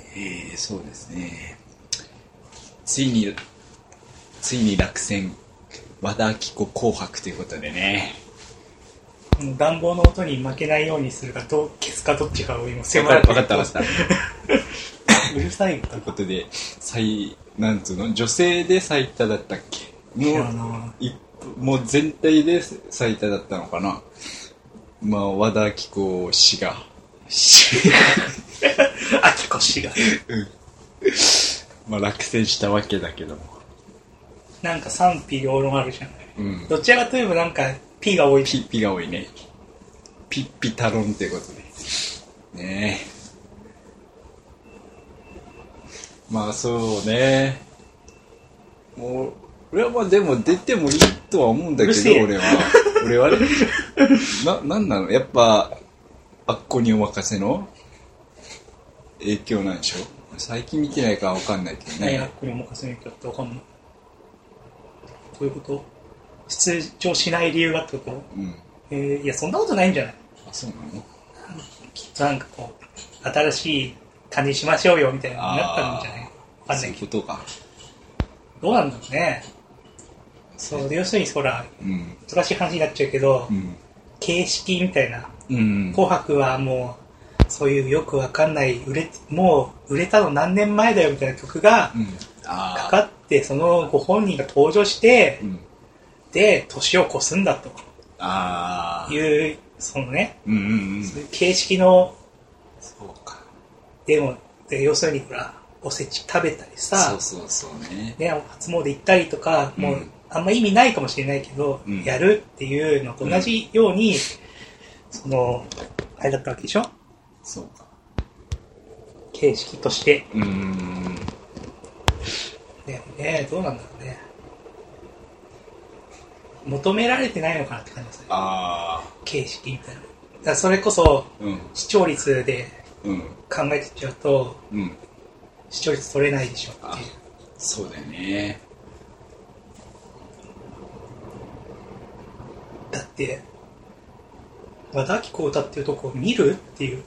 そうですね。ついに落選、和田アキ子紅白ということでね。 暖房の音に負けないようにするか消すかどっちかを今分かった。 うるさいということで、なんつうの、女性で最多だったっけ？もう全体で最多だったのかな。まあ和田アキ子氏がアキ子氏がまあ落選したわけだけども、 なんか賛否両論あるじゃない、どちらかといえばなんかP が多い。 P が多いね。ピタロンってことでね。まあそうね。もう俺はまあでも出てもいいとは思うんだけど、俺はね。なんなの、やっぱあっこにお任せの影響なんでしょ。最近見てないから分かんないけどね。 あっこにお任せの影響って分かんない。どういうこと？出場しない理由がってこと？いやそんなことないんじゃない？ あ、そうなの？ きっとなんかこう新しい感じしましょうよみたいなのになったんじゃない？分かんないけど。 そういうことか。 どうなんだろうね。そうで要するにほら、難しい話になっちゃうけど、形式みたいな、紅白はもうそういうよくわかんないもう売れたの何年前だよみたいな曲がかかって、そのご本人が登場して、で年を越すんだというそのね、そういう形式の、 そうか。 でも要するにほらおせち食べたりさ、 そうね。 初詣行ったりとか、もうあんま意味ないかもしれないけど、やるっていうのと同じように、そのあれだったわけでしょ。 そうか。 形式として。ね、どうなんだろうね。求められてないのかなって感じですね。形式みたいな。だからそれこそ、視聴率で考えてっちゃうと、視聴率取れないでしょっていう。 そうだよね。 だって和田アキ子歌ってるとこを見るっていう、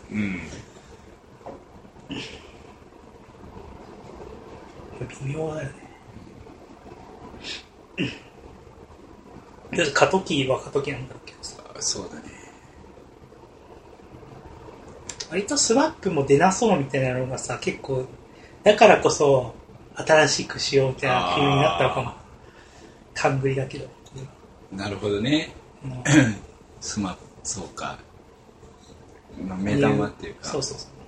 微妙だよね。過渡期は過渡期なんだけどさ。 そうだね。 割とスワップも出なそうみたいなのがさ、結構だからこそ新しくしようみたいな気になったのかも。勘繰りだけど。 なるほどね。そうか。目玉っていうか。そう。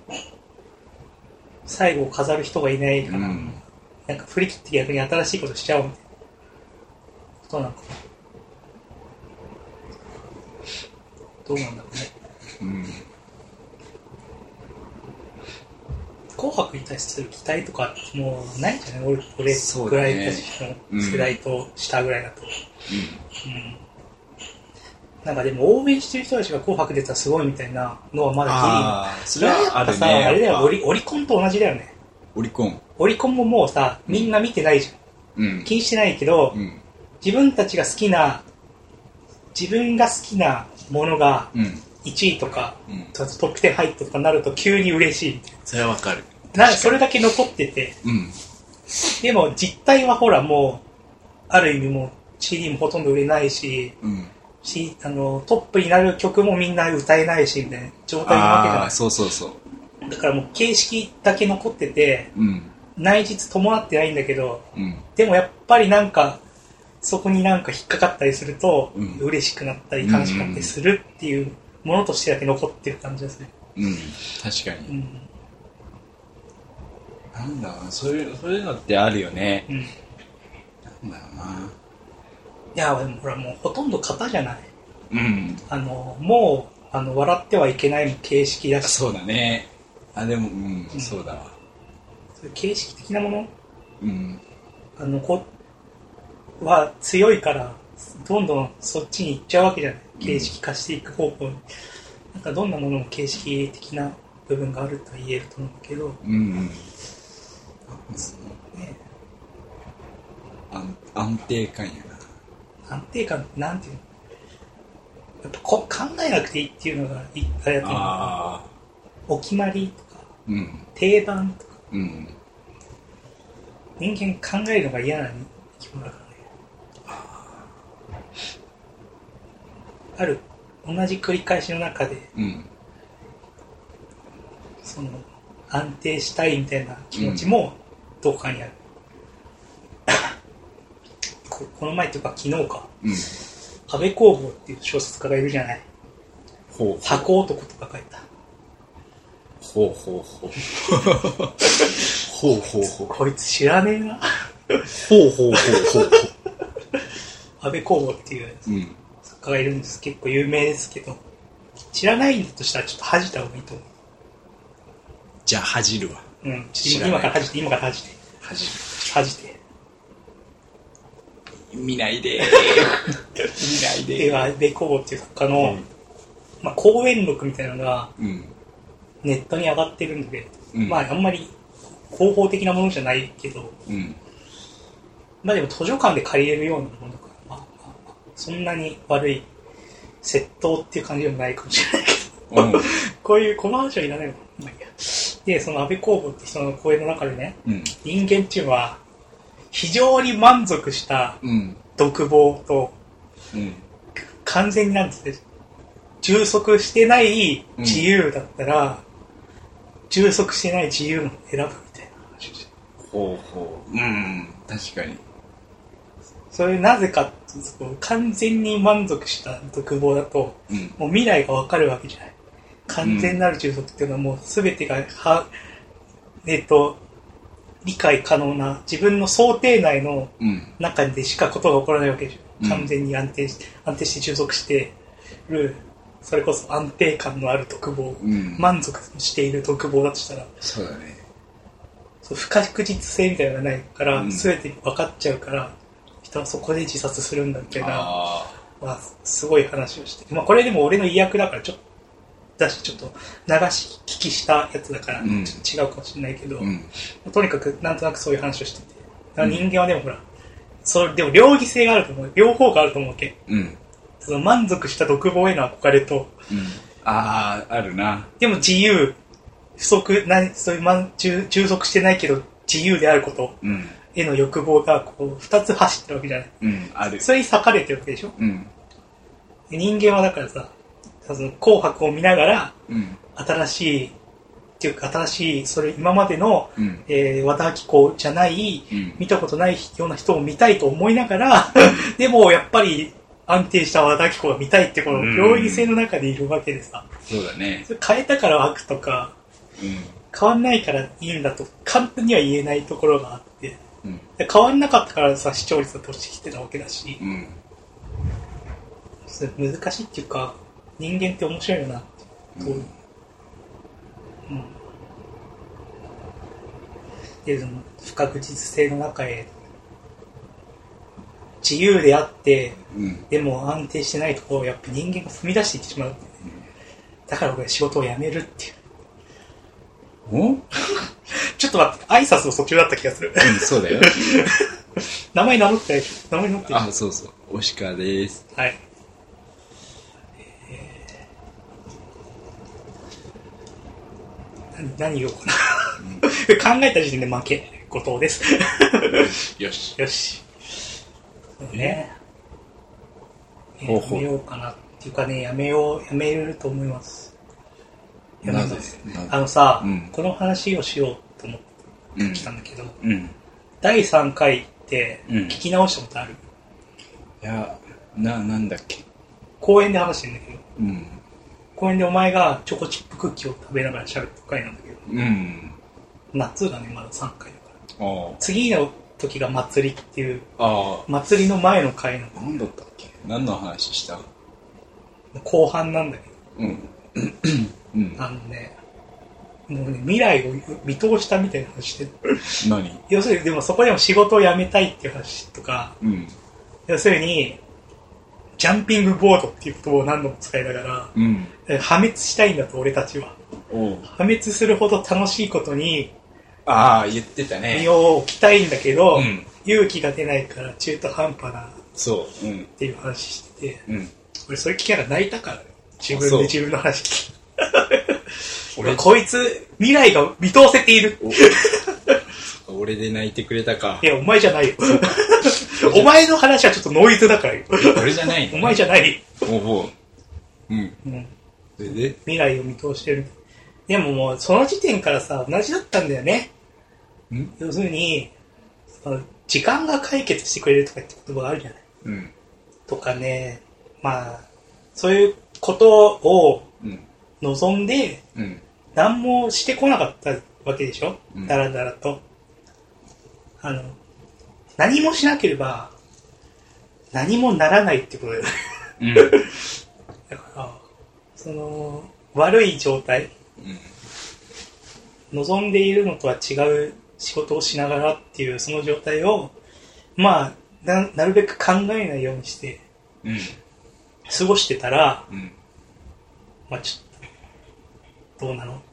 最後を飾る人がいないから、なんか振り切って逆に新しいことしちゃおうみたいなことなのかな。どうなんだろうね。紅白に対する期待とかもうないんじゃない？俺ぐらいたちの世代と下ぐらいだと。なんかでも応援してる人たちが紅白出たらすごいみたいなのはまだギリ。それはやっぱさ、あれだよ、オリコンと同じだよね。オリコンももうさ、みんな見てないじゃん。気にしてないけど、自分が好きなものが1位とか、トップ10入ったとかなると急に嬉しいみたいな。 それはわかる。 それだけ残ってて、でも実態はほらもうある意味もう CD もほとんど売れないし、トップになる曲もみんな歌えないしみたいな状態なわけじゃない。 そうだからもう形式だけ残ってて、内実伴ってないんだけど、でもやっぱりなんかそこになんか引っかかったりすると、嬉しくなったり悲しかったりするっていうものとしてだけ残ってる感じですね。 確かに。なんだろうな、そういうのってあるよね。なんだろうな。 いやでもほらもうほとんど型じゃない。もう笑ってはいけない形式だし。 そうだね。でもそうだわ。 そういう形式的なもの、は強いからどんどんそっちに行っちゃうわけじゃない。形式化していく方向に。なんかどんなものも形式的な部分があるとは言えると思うけど。 安定感やな。 安定感なんていうの、やっぱ考えなくていいっていうのがいっぱいあって、お決まりとか、定番とか、 うん。 人間考えるのが嫌な生き物だからね。ある同じ繰り返しの中で、 うん、 その安定したいみたいな気持ちもどこかにある。この前というか昨日か、 うん、 安部公房っていう小説家がいるじゃない。箱男とか書いた。 ほうほうほう。ほうほうほう。 こいつ知らねえな。 ほうほうほうほう。 安部公房っていう作家がいるんです。結構有名ですけど、知らないんだとしたらちょっと恥じた方がいいと思う。 じゃあ恥じるわ。 うん。今から恥じて。恥じて。 見ないで。見ないで。 では、安部公房っていう作家の、まあ、講演録みたいなのが、ネットに上がってるんで、まあ、あんまり広報的なものじゃないけど、まあでも図書館で借りれるようなものだから、まあ、そんなに悪い窃盗っていう感じでもないかもしれないけど、この話はいらないのかな。まあいいや。で、その安部公房って人の講演の中でね、人間っていうのは、非常に満足した独房と、完全になんですね、充足してない自由だったら、充足してない自由の選ぶみたいな話をして。 ほうほう。確かに。 それなぜかっていうと、完全に満足した独房だと、もう未来がわかるわけじゃない。完全なる充足っていうのはもう全てが理解可能な自分の想定内の中でしかことが起こらないわけじゃん。完全に安定して充足してる、それこそ安定感のある独房、満足している独房だとしたら、 そうだね。 不確実性みたいなのがないから、全て分かっちゃうから、人はそこで自殺するんだみたいな、まあ、すごい話をして、まあこれでも俺の意訳だからちょっと流し聞きしたやつだからちょっと違うかもしれないけど、とにかくなんとなくそういう話をしてて、だから人間はでもほら、でも両義性があると思う、両方があると思うわけ。その満足した独房への憧れと、 あるな。 でも自由、そういう充足してないけど自由であることへの欲望がこう二つ走ってるわけじゃない。 ある。 それに裂かれてるわけでしょ。人間はだからさ、その紅白を見ながら、新しいそれ今までの、和田アキ子じゃない、見たことないような人を見たいと思いながら、でもやっぱり安定した和田アキ子が見たいってこの領域性の中でいるわけでさ。 そうだね。 変えたから悪とか、変わんないからいいんだと簡単には言えないところがあって、変わんなかったからさ視聴率が落ちてきてたわけだし、難しいっていうか人間って面白いよなって、でその不確実性の中へ自由であって、でも安定してないところをやっぱ人間が踏み出していってしまう、だから俺仕事を辞めるっていう。ちょっと待って、挨拶の途中だった気がする。 そうだよ。 名前名乗ってないでしょ。名前名乗ってる。 そうそう。押川です。 はい。何言おうかな。考えた時点で負け。後藤です。 よし。 よし。ね。やめようかなっていうかね、やめると思います。 なぜさ、この話をしようと思ってきたんだけど、第3回って聞き直したことある？ いや、なんだっけ。 公園で話してんだけど、公園でお前がチョコチップクッキーを食べながら喋った回なんだけど、夏がね、まだ3回だから。次の時が祭りっていう、祭りの前の回なの。 何だったっけ？何の話した？ 後半なんだけど、もうね、未来を見通したみたいな話してる。 何？ 要するに、でもそこでも仕事を辞めたいっていう話とか、要するに、ジャンピングボードっていう言葉を何度も使いながら、破滅したいんだと、俺たちは。破滅するほど楽しいことに、 言ってたね。 身を置きたいんだけど、勇気が出ないから中途半端な、っていう話してて、俺それ聞きながら泣いたから、自分の話聞き。 こいつ、未来が見通せている。 俺で泣いてくれたか。 いや、お前じゃないよ。お前の話はちょっとノイズだからよ。 俺じゃないの、 お前じゃない。 うん。で未来を見通してる。でももう、その時点からさ、同じだったんだよね。要するに、時間が解決してくれるとかって言葉があるじゃない。とかね、まあ、そういうことを望んで、何もしてこなかったわけでしょ、だらだらと。何もしなければ、何もならないってことだよね。だから、悪い状態、望んでいるのとは違う仕事をしながらっていうその状態を、まあ、なるべく考えないようにして、過ごしてたら、まあちょっと、どうなのって。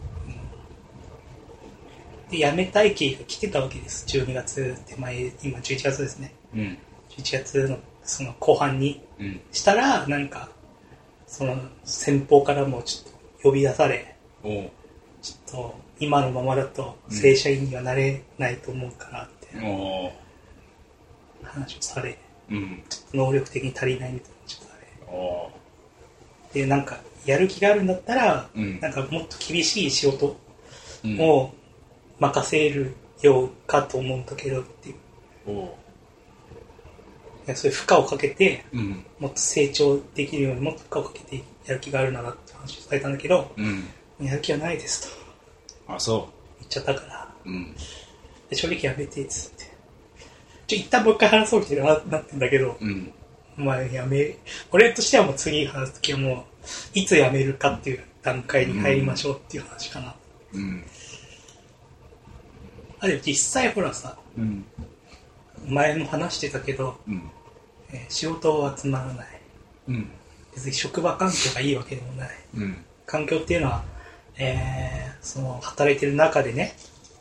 で、辞めたい期が来てたわけです。12月手前、今11月ですね。11月のその後半に。したら、なんか、その先方からもちょっと呼び出され、ちょっと今のままだと正社員にはなれないと思うからって、話をされ、ちょっと能力的に足りないみたいなちょっとあれ。で、なんか、やる気があるんだったら、なんかもっと厳しい仕事を任せるようかと思うんだけどっていう。そういう負荷をかけて、もっと成長できるようにもっと負荷をかけてやる気があるならって話をされたんだけど、やる気はないですと。 あ、そう。 言っちゃったから。で正直やめてっつって。一旦もう一回話そうってなってんだけど、まあ俺としてはもう次話すときはもう、いつ辞めるかっていう段階に入りましょうっていう話かな。でも実際ほらさ、前も話してたけど、仕事はつまらない。別に職場環境がいいわけでもない。環境っていうのは、その働いてる中でね、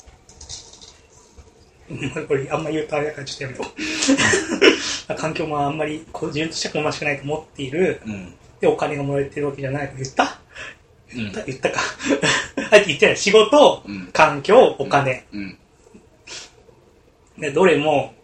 これあんま言うとあれだからちょっとやめと環境もあんまり自分としては好ましくないと思っている、でお金がもらえてるわけじゃない。言ったか言ってない。仕事、環境、お金、でどれも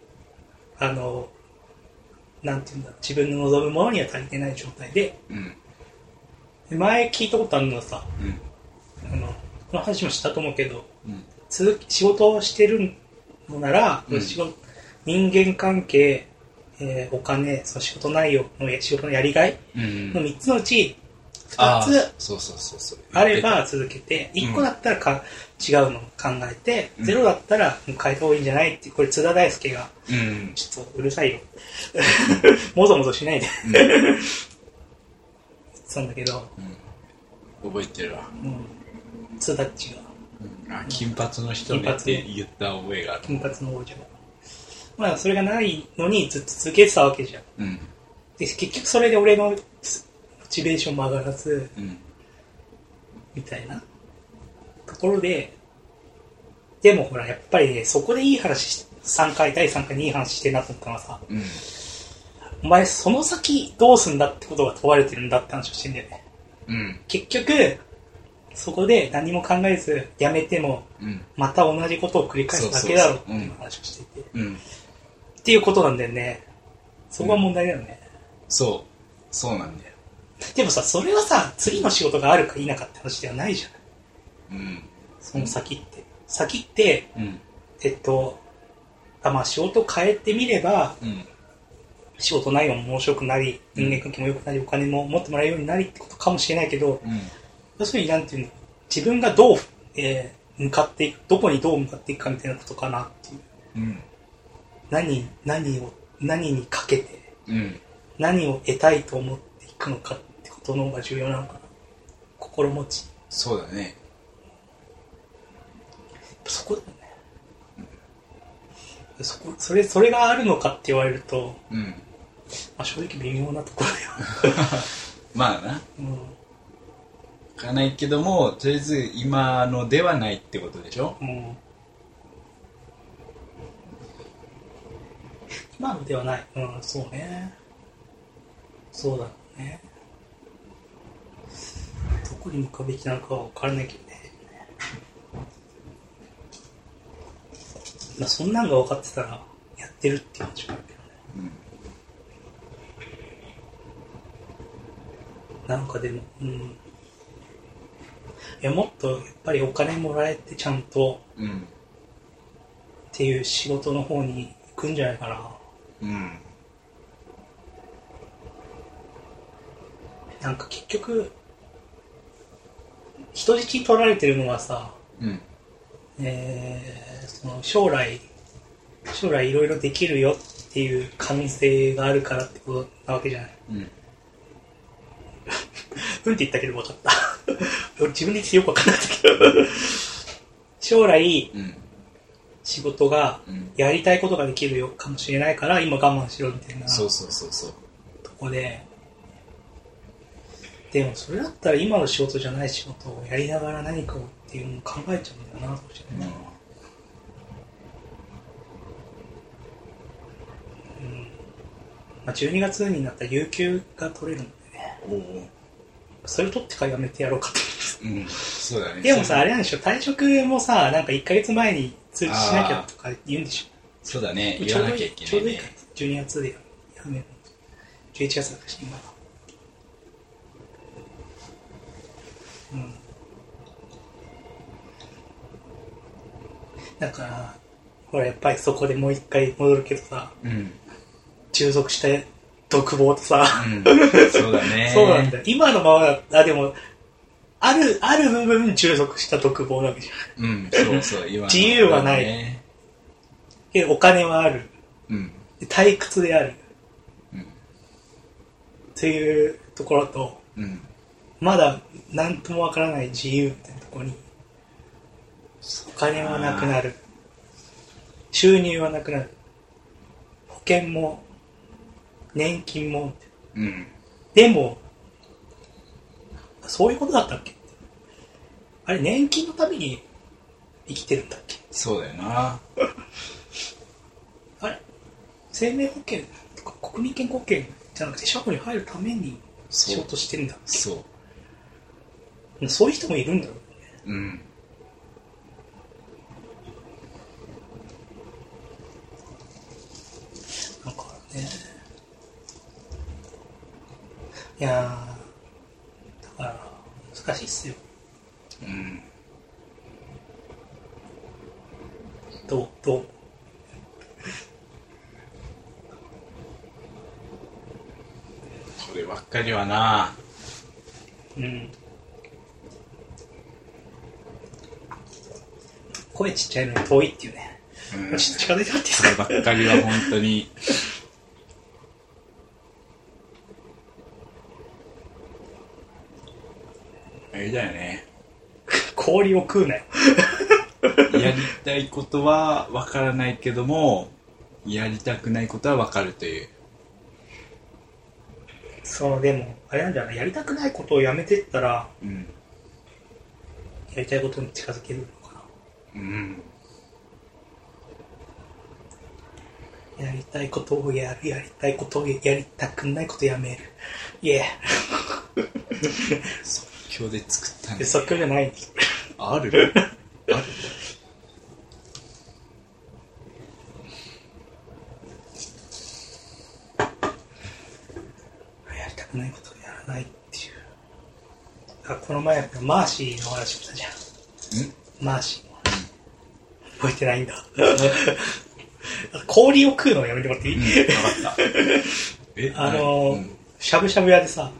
なんていうんだ、自分の望むものには足りてない状態で、前聞いたことあるのはさ、この話もしたと思うけど、仕事をしてるのなら、人間関係、お金、その仕事内容の仕事のやりがいの3つのうち2つあれば続けて、1個だったら違うのを考えて、0だったらもう変えた方がいいんじゃないって、これ津田大介が、ちょっとうるさいよ。もぞもぞしないで。言ってたんだけど。 覚えてるわ。 津田っちが。 金髪の人ねって言った覚えがある。 金髪の王女が。まあそれがないのにずっと続けてたわけじゃん。で結局それで俺のモチベーションも上がらず、みたいなところで、でもほらやっぱりね、そこでいい話第3回にいい話してんなと思ったのはさ、お前その先どうすんだってことが問われてるんだって話をしてんだよね。結局そこで何も考えずやめても、また同じことを繰り返すだけだろうっていう話をしていて、っていうことなんだよね。そこが問題だよね。 そうなんだよ。 でもさ、それはさ、次の仕事があるか否かって話ではないじゃない。その先って。まあ仕事を変えてみれば、仕事内容も面白くなり、人間関係も良くなり、お金も持ってもらえるようになりってことかもしれないけど、要するになんていうの、自分がどう、向かっていく、どこにどう向かっていくかみたいなことかなっていう。何にかけて、何を得たいと思っていくのかってことの方が重要なのかな。心持ち。 そうだね。 そこだよね。それがあるのかって言われると、まあ、正直微妙なところだよ。 まあな。わかんないけども、とりあえず今のではないってことでしょ。 今のではない。そうね。そうだね。とこに向くべきなのかは分からないけどね。まあそんなんが分かってたらやってるっていう話もあるけどね。なんかでも、いやもっとやっぱりお金もらえてちゃんと、っていう仕事の方に行くんじゃないかな。なんか結局人質に取られてるのはさ、その将来いろいろできるよっていう可能性があるからってことなわけじゃない。って言ったけど分かった。俺自分で言ってよく分かんなかったけど将来、仕事がやりたいことができるよかもしれないから今我慢しろみたいなとこで、でもそれだったら今の仕事じゃない仕事をやりながら何かをっていうのを考えちゃうんだよな、どうしてもね。まあ、12月になったら有給が取れるんでね。それ取ってからやめてやろうかと思います。 そうだね。 でもさ、あれなんでしょ、退職もさ、なんか1ヶ月前に通知しなきゃとか言うんでしょ。 そうだね、言わなきゃいけないね。 ちょうどいいか、12月でやめる。11月だからし、今は。だから、ほら、やっぱりそこでもう一回戻るけどさ、従属して独房とさ、 そうだね。 そうなんだよ。今のままだったら、でも、ある部分従属した独房なわけじゃん。 そう、今の、ね。 自由はない。けどお金はある。退屈である。っていうところと、まだ何ともわからない自由みたいなところに、お金はなくなる。収入はなくなる。保険も、年金も、でも、そういうことだったっけ？あれ、年金のために生きてるんだっけ？ そうだよな。 あれ、生命保険とか国民健康保険じゃなくて社会に入るために仕事してるんだっけ？そういう人もいるんだろうね。なんかね、いやだから難しいっすよ。どうそればっかりはな。 声ちっちゃいのに遠いっていうね。ちょっと近づいてもらっていいですか？ そればっかりは本当に。あれだよね。 氷を食うなよ。 やりたいことは分からないけども、やりたくないことは分かるという。 そう、でもあれなんじゃない、やりたくないことをやめてったら、やりたいことに近づけるのかな。やりたいことをやる、やりたいことをやりたくないことをやめる。 即興で作ったんだ。即興じゃないんです。 あるやりたくないことをやらないっていう。この前やったマーシーの話したじゃん。マーシーの話。覚えてないんだ。氷を食うのをやめてもらっていい？分かった。しゃぶしゃぶ屋でさ、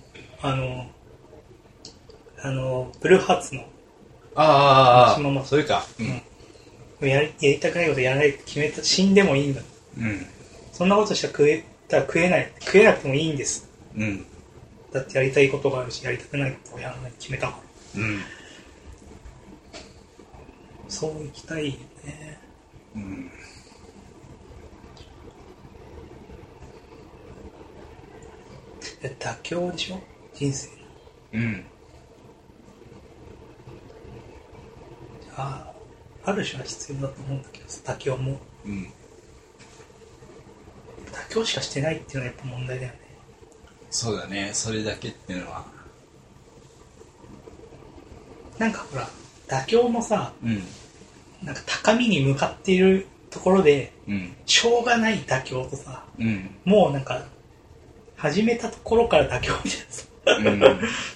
ブルーハーツのそれか、 やりたくないことやらないって決めた、死んでもいいんだ、そんなことしたら食えなくてもいいんです、だってやりたいことがあるしやりたくないことをやらないって決めたから、そう生きたいよね。妥協でしょ、人生の。ある種は必要だと思うんだけど、妥協も、妥協しかしてないっていうのはやっぱ問題だよね。 そうだね、それだけっていうのはなんかほら、妥協もさ、なんか高みに向かっているところで、しょうがない妥協とさ、もうなんか、始めたところから妥協みたいな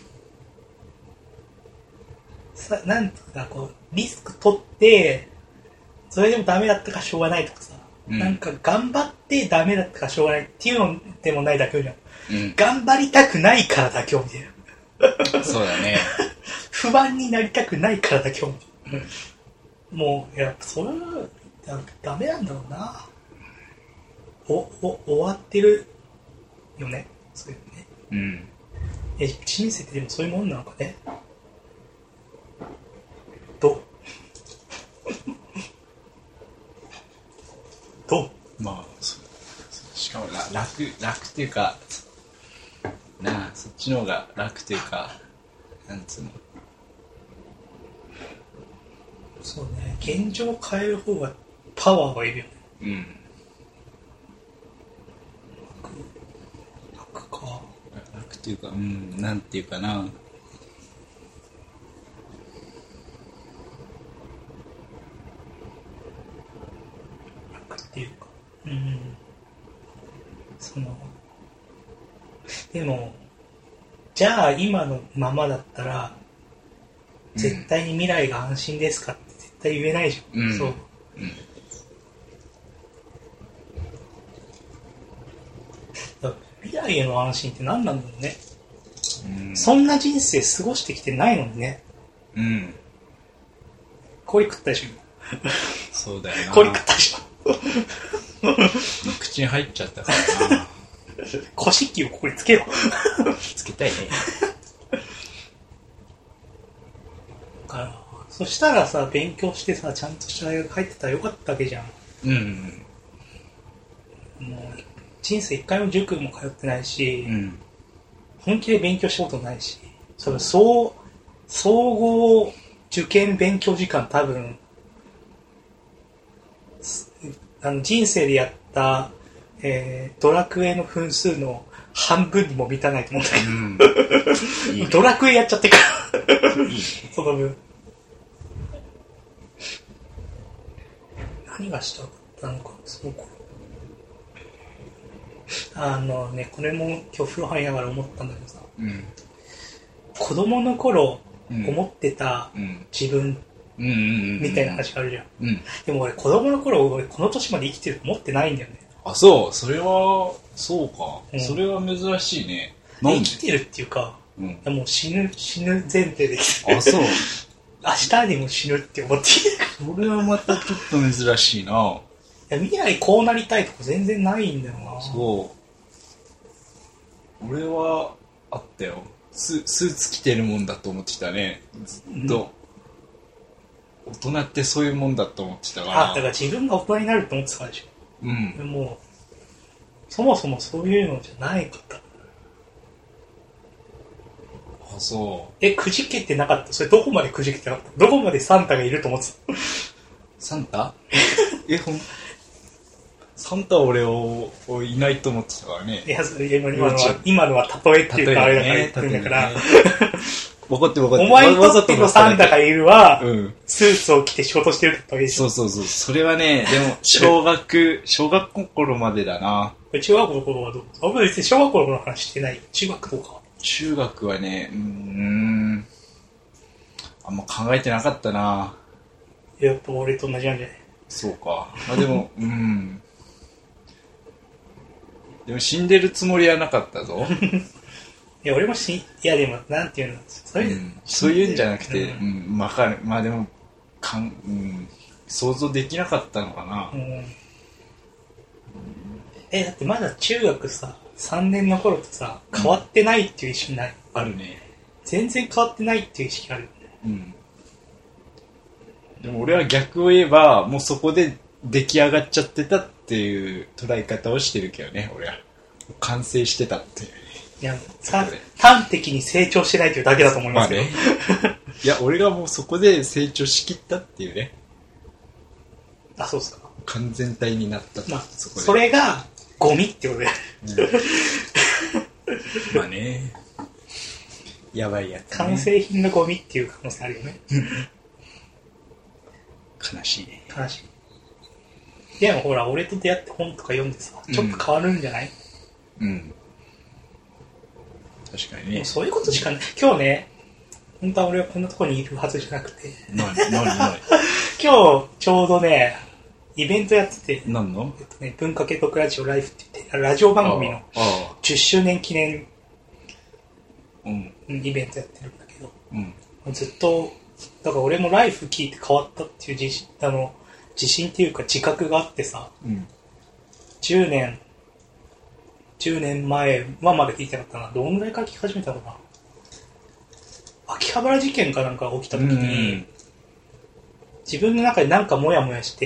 さ、なんとかこう、リスク取って、それでもダメだったからしょうがないとかさ、なんか頑張ってダメだったからしょうがないっていうのでもない妥協じゃん。頑張りたくないから妥協みたいな。 そうだね。 不安になりたくないから妥協みたいな。もう、いや、それはダメなんだろうな。終わってるよね。そういうね。人生ってでもそういうもんなのかね。どうまあ、しかも楽っていうか、そっちの方が楽っていうか、なんつうの。 そうね、現状を変える方がパワーがいるよね。楽か。 楽っていうか、なんていうかな。 っていうか、でもじゃあ今のままだったら、絶対に未来が安心ですかって絶対言えないじゃん。そう、だから未来への安心って何なんだろうね。そんな人生過ごしてきてないのにね。氷食ったでしょ今。 そうだよな。 氷食ったでしょ。 口に入っちゃったからな。 古式器をここにつけろ。 つけたいね。 そしたらさ、勉強してさ、ちゃんとした大学入ってたらよかったわけじゃん。もう人生一回も塾も通ってないし、本気で勉強したことないし、それ総合受験勉強時間多分人生でやった、ドラクエの分数の半分にも満たないと思うんだけど、ドラクエやっちゃってからその分何がしたかったのか、その頃これも今日風呂入りながら思ったんだけどさ、子供の頃思ってた自分みたいな話があるじゃん。でも俺子供の頃この年まで生きてると思ってないんだよね。 あ、そう、それはそうか、それは珍しいね。 生きてるっていうか、もう死ぬ前提で生きてる。 あ、そう。 明日にも死ぬって思っている。 それはまたちょっと珍しいな。 いや、未来こうなりたいとか全然ないんだよな。 そう。俺はあったよ。スーツ着てるもんだと思ってたね。ずっと。大人ってそういうもんだと思ってたから。 だから自分が大人になると思ってたからでしょ。でもそもそもそういうのじゃないかった。 あ、そう。 くじけてなかった？それどこまでくじけてなかった？どこまでサンタがいると思ってた？ サンタ？サンタは俺をいないと思ってたからね。 いや、今のは例えっていうかあれだから言ってるんだから。 怒ってお前にとってのサンタがいるは、スーツを着て仕事してるってわけでしょ。 そう。それはね、でも、小学校頃までだな。 中学校の頃はどう？別に小学校の話してないよ。中学とか。 中学はね、あんま考えてなかったな。 やっぱ俺と同じなんじゃない？ そうか。でも、でも死んでるつもりはなかったぞ。 いや、俺もいやでも、なんていうの、 そういうんじゃなくて、わかる。まあでも、想像できなかったのかな。だってまだ中学さ、3年の頃とさ、変わってないっていう意識ない？ あるね。 全然変わってないっていう意識ある。 でも俺は逆を言えば、もうそこで出来上がっちゃってたっていう捉え方をしてるけどね、俺は。完成してたっていう。 いや、端的に成長してないというだけだと思いますけど。 いや、俺がもうそこで成長しきったっていうね。 あ、そうっすか。 完全体になったって、 それがゴミってことで。 まあね。 やばいやつ、ね。 完成品のゴミっていう可能性あるよね。 悲しい。 悲しい。でもほら、俺と出会って本とか読んでさ、ちょっと変わるんじゃない？ うん。確かにね。 そういうことしかない。今日ね、本当は俺はこんなところにいるはずじゃなくて。 何今日、ちょうどね、イベントやってて。 何の？ 文化系トークラジオライフって言って、ラジオ番組の10周年記念イベントやってるんだけど、ずっと、だから俺もライフ聞いて変わったっていう自信っていうか自覚があってさ、10年前はまだ聞いてなかったな。どんぐらいから聞き始めたのかな。秋葉原事件かなんか起きた時に、自分の中でなんかモヤモヤして、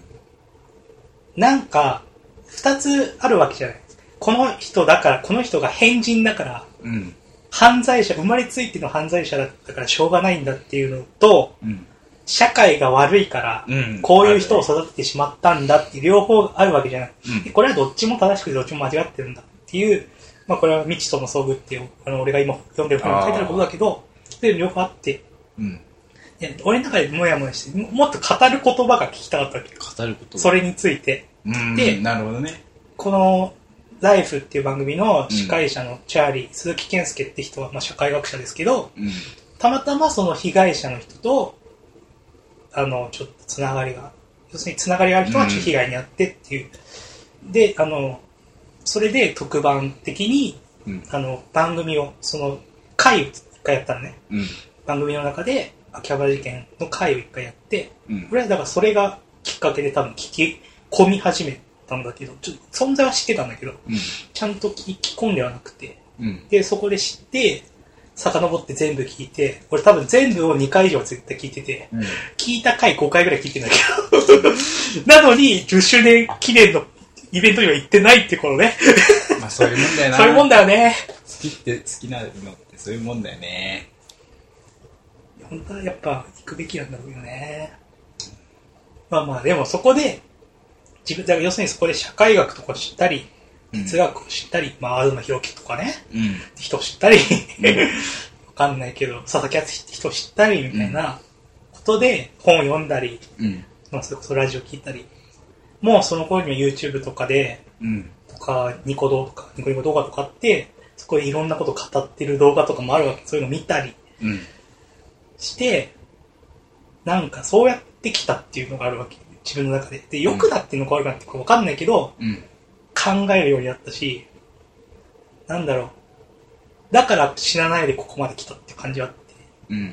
なんか2つあるわけじゃない。この人が変人だから、犯罪者、生まれついての犯罪者だったからしょうがないんだっていうのと、社会が悪いから、こういう人を育ててしまったんだっていう両方あるわけじゃない。これはどっちも正しくてどっちも間違ってるんだっていう、まあこれは未知との遭遇っていう、俺が今読んでる本に書いてあることだけど、で両方あって、俺の中でモヤモヤして、もっと語る言葉が聞きたかったわけ。 語る言葉。 それについて。 で、なるほどね。 この、ライフっていう番組の司会者のチャーリー、鈴木健介って人は、まあ、社会学者ですけど、たまたまその被害者の人と、ちょっとつながりが、要するにつながりがある人が被害に遭ってっていう。で、それで特番的に、番組を、その回を一回やったのね。番組の中で、秋葉原事件の回を一回やって、これはだからそれがきっかけで多分聞き込み始めたんだけど、存在は知ってたんだけど、ちゃんと聞き込んではなくて、で、そこで知って、遡って全部聞いて、俺多分全部を2回以上絶対聞いてて、聞いた回5回ぐらい聞いてんだけど、なのに10周年記念のイベントには行ってないってこのね。 まあそういうもんだよな。 そういうもんだよね。 好きなのってそういうもんだよね。 本当はやっぱ行くべきなんだろうよね。まあまあでもそこで自分だから要するにそこで社会学とか知ったり哲学を知ったり、まあ東博樹とかね、人知ったりわかんないけど佐々木敦人知ったりみたいなことで本を読んだり、まあそれこそラジオ聞いたり、もうその頃には YouTube とかで、とかニコ動とかニコニコ動画とかあってそこでいろんなことを語ってる動画とかもあるわけ。そういうのを見たり。して、なんかそうやってきたっていうのがあるわけ。自分の中で。で、欲だっていうのがあるかってわかんないけど、考えるようになったし、なんだろう。だから知らないでここまで来たって感じはあって。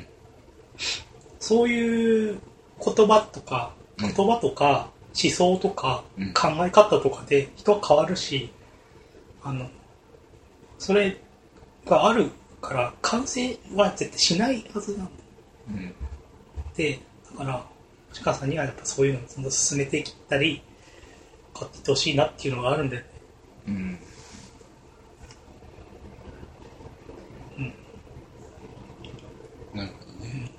そういう言葉とか思想とか考え方とかで人は変わるし、それがあるから完成は絶対しないはずなんだ。で、だから星川さんにはやっぱそういうのを進めていったり買っていってほしいなっていうのがあるんだよね。 なるほどね。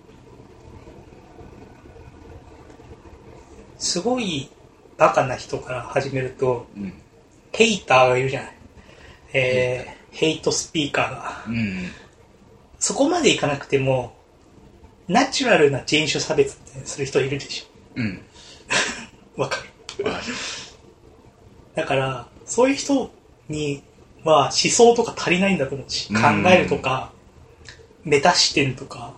すごいバカな人から始めると、ヘイターがいるじゃない。ヘイトスピーカーが。そこまでいかなくてもナチュラルな人種差別ってする人いるでしょ。わかる。だからそういう人には思想とか足りないんだと思うし、考えるとかメタ視点とか、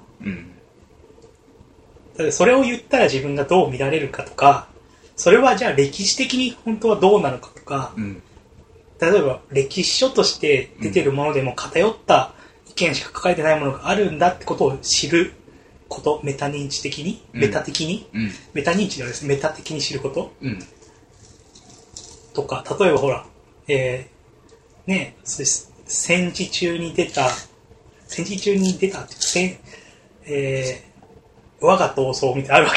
だそれを言ったら自分がどう見られるかとか、それはじゃあ歴史的に本当はどうなのかとか、例えば歴史書として出てるものでも偏った意見しか書かれてないものがあるんだってことを知ること、メタ認知的に、メタ的に、メタ認知ではですね、メタ的に知ること、とか、例えばほら、ね、戦時中に出たって我が闘争みたいなあるわ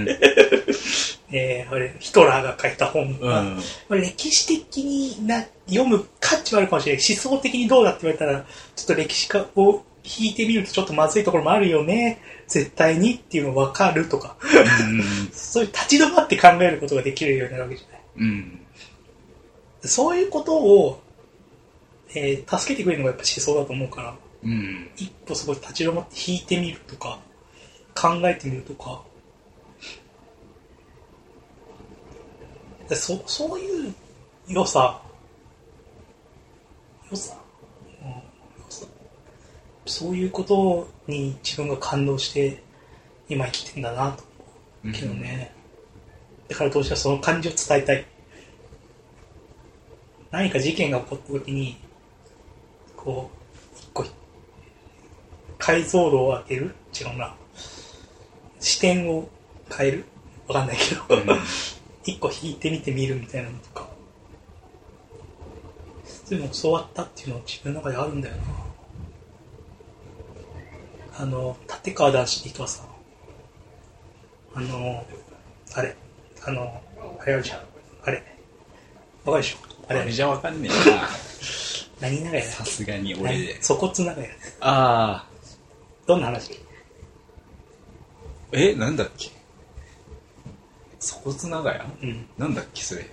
け。あれヒトラーが書いた本は、歴史的に読む価値はあるかもしれない。思想的にどうだって言われたら、ちょっと歴史家を引いてみるとちょっとまずいところもあるよね。絶対にっていうの分かるとか。そういう立ち止まって考えることができるようになるわけじゃない。そういうことを、助けてくれるのがやっぱ思想だと思うから。 一歩そこに立ち止まって引いてみるとか、考えてみるとか、そういう良さ、そういうことに自分が感動して今生きてんだなと思うけどね。だからどうしてもその感情を伝えたい。何か事件が起こった時に、こう、一個、解像度を上げる？違うな。視点を変える？わかんないけど、一個引いてみてみるみたいなのとか。そういうのを教わったっていうのは自分の中であるんだよな。立川談志って人はさ、あれあるじゃん。あれ。わかるでしょ？ あれじゃわかんねえな。 何長屋さすがに俺で。 粗骨長屋。 ああ。 どんな話？ なんだっけ？粗骨長屋？なんだっけそれ。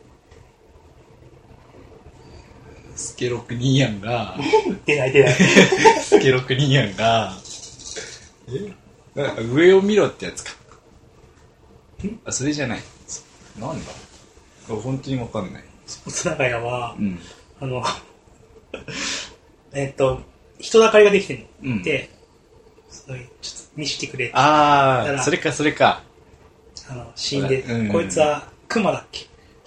スケロクニーヤンが出ないスケロクニーヤンがなんか上を見ろってやつか。それじゃない。なんだ本当にわかんない。 粗骨長屋は、人だかりができてるの、で、ちょっと見せてくれって。 ああ、それか。 死んで、こいつは熊だっけ？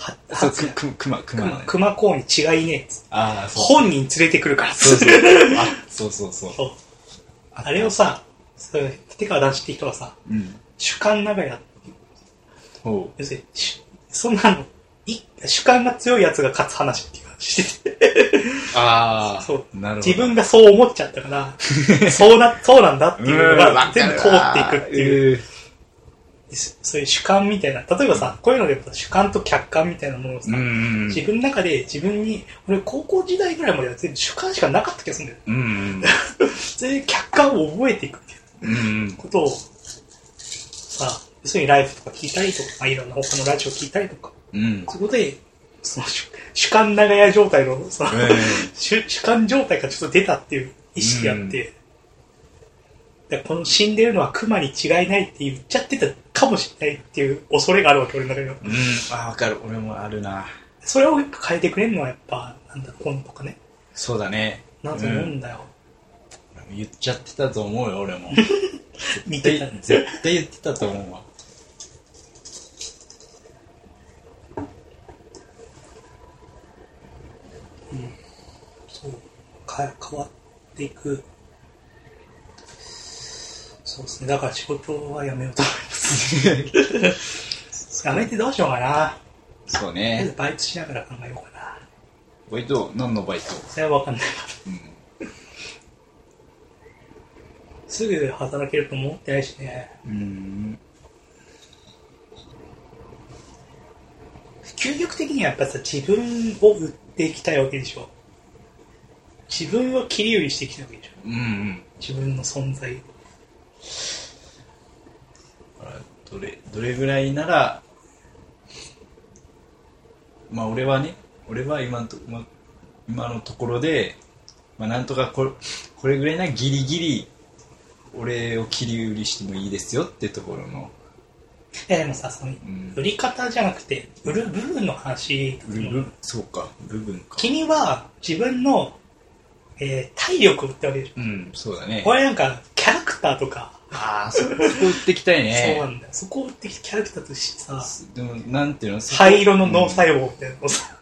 熊公に違いねえっつって。本人連れてくるからっつって。 そう。 あれをさ、立川談志って人はさ、主観長屋。要するに、そんなの、主観が強いやつが勝つ話っていう話してて。そう。なるほど。自分がそう思っちゃったから、そうなんだっていうのが全部通っていくっていう。そういう主観みたいな、例えばさ、こういうので主観と客観みたいなものをさ、自分の中で自分に、俺高校時代ぐらいまでは全部主観しかなかった気がするんだよ。そういう客観を覚えていくっていうことをさ、要するにライブとか聞いたりとか、いろんな他のラジオ聞いたりとか、そこでその主観長屋状態のその、主観状態がちょっと出たっていう意識があって、この死んでるのは熊に違いないって言っちゃってたかもしれないっていう恐れがあるわけ、俺の中では。 わかる。俺もあるな。 それをやっぱ変えてくれるのはやっぱ、本とかね。 そうだね。 なんと思うんだよ。 言っちゃってたと思うよ、俺も。 見てたね。 絶対言ってたと思うわ。 そう。変わっていく。そうですね。だから仕事は辞めようと思います。辞めてどうしようかな。 そうね。 バイトしながら考えようかな。 バイト？何のバイト？ それは分かんない。すぐ働けると思ってないしね。究極的にはやっぱさ、自分を売っていきたいわけでしょ。自分を切り売りしていきたいわけでしょ。自分の存在を。 どれぐらいなら、まあ俺は今のところで、まあなんとかこれぐらいなギリギリ俺を切り売りしてもいいですよってところの。 でもさ、その売り方じゃなくて売る部分の話。 そうか、部分か。 君は自分の、体力を売ったわけでしょ。 そうだね。 俺なんかキャラクターとか。 そこ売ってきたいね。 そうなんだよ。そこを売ってきてキャラクターとしてさ。 でもなんていうの？ 灰色の脳細胞みたいなのさ。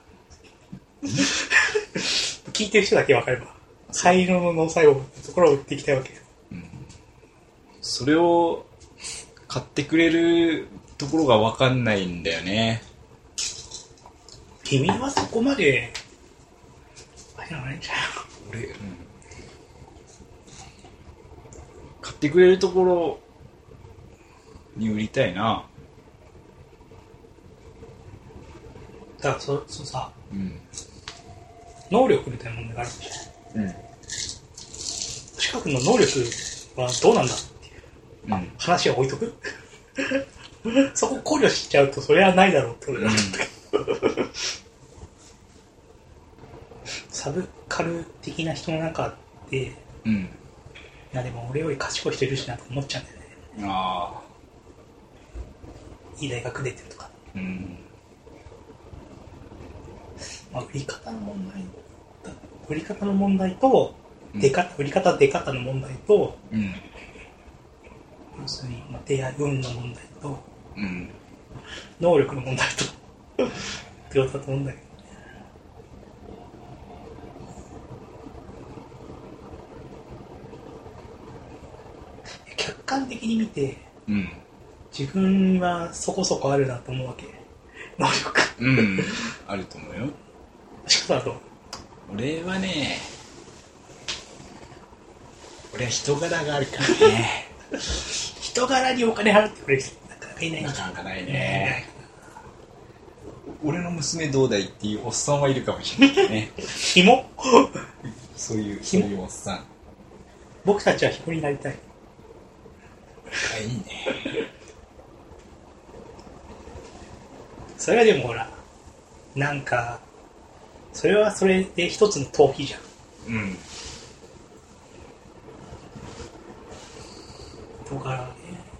聞いてる人だけ分かれば。灰色の脳細胞ってところを売っていきたいわけよ。 それを買ってくれるところが分かんないんだよね。 君はそこまであれないんじゃない？ 買ってくれるところに売りたいな。 だからそうさ、能力みたいなものがあるでしょ。近くの能力はどうなんだっていう話は置いとくそこ考慮しちゃうとそれはないだろうってことだったけど、サブカル的な人の中でうん。いやでも俺より賢い人いるしなと思っちゃうんだよね。ああ。いい大学出てるとか。うん。まあ、売り方の問題と、売り方出方の問題と、うん、要するに出会い運の問題と、うん、能力の問題とってことだと思うんだけど。客観的に見て、うん、自分はそこそこあるなと思うわけ。能力。 うん。あると思うよ。 しかも俺は人柄があるからね。 人柄にお金払ってくれる人なかなかいない。 なかなかないね。俺の娘どうだいっていうおっさんはいるかもしれないね。 紐そういうおっさん。 僕たちは紐になりたい。 いいね。 それはでもほら、なんか、それはそれで一つの逃避じゃん。うん。だからね、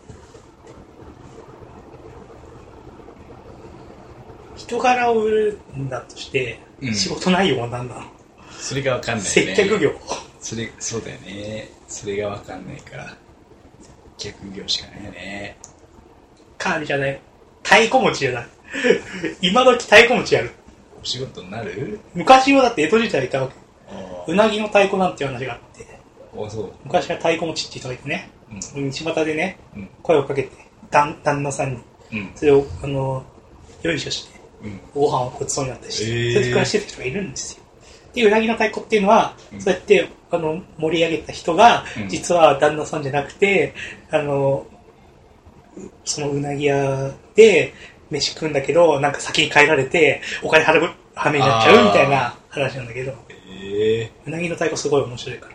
人柄を売るんだとして、うん、仕事内容は何なの？ それが分かんないね。 接客業。 そうだよね。それが分かんないから。接客業しかないよね。 あれじゃない。太鼓持ちじゃない。今時太鼓持ちやる。 お仕事になる？ 昔はだって江戸時代いたわけ。うなぎの太鼓なんていう話があって。 そう。 昔は太鼓持ちって人がいてね。うん、道端でね、うん、声をかけて、旦那さんに、うん、それを、よいしょして、うん、ご飯をごちそうになったりして、それで暮らしてる人がいるんですよ。で、うなぎの太鼓っていうのは、そうやって、盛り上げた人が、実は旦那さんじゃなくて、そのうなぎ屋で飯食うんだけど、なんか先に帰られて、お金払う羽目になっちゃうみたいな話なんだけど、うなぎの太鼓すごい面白いから。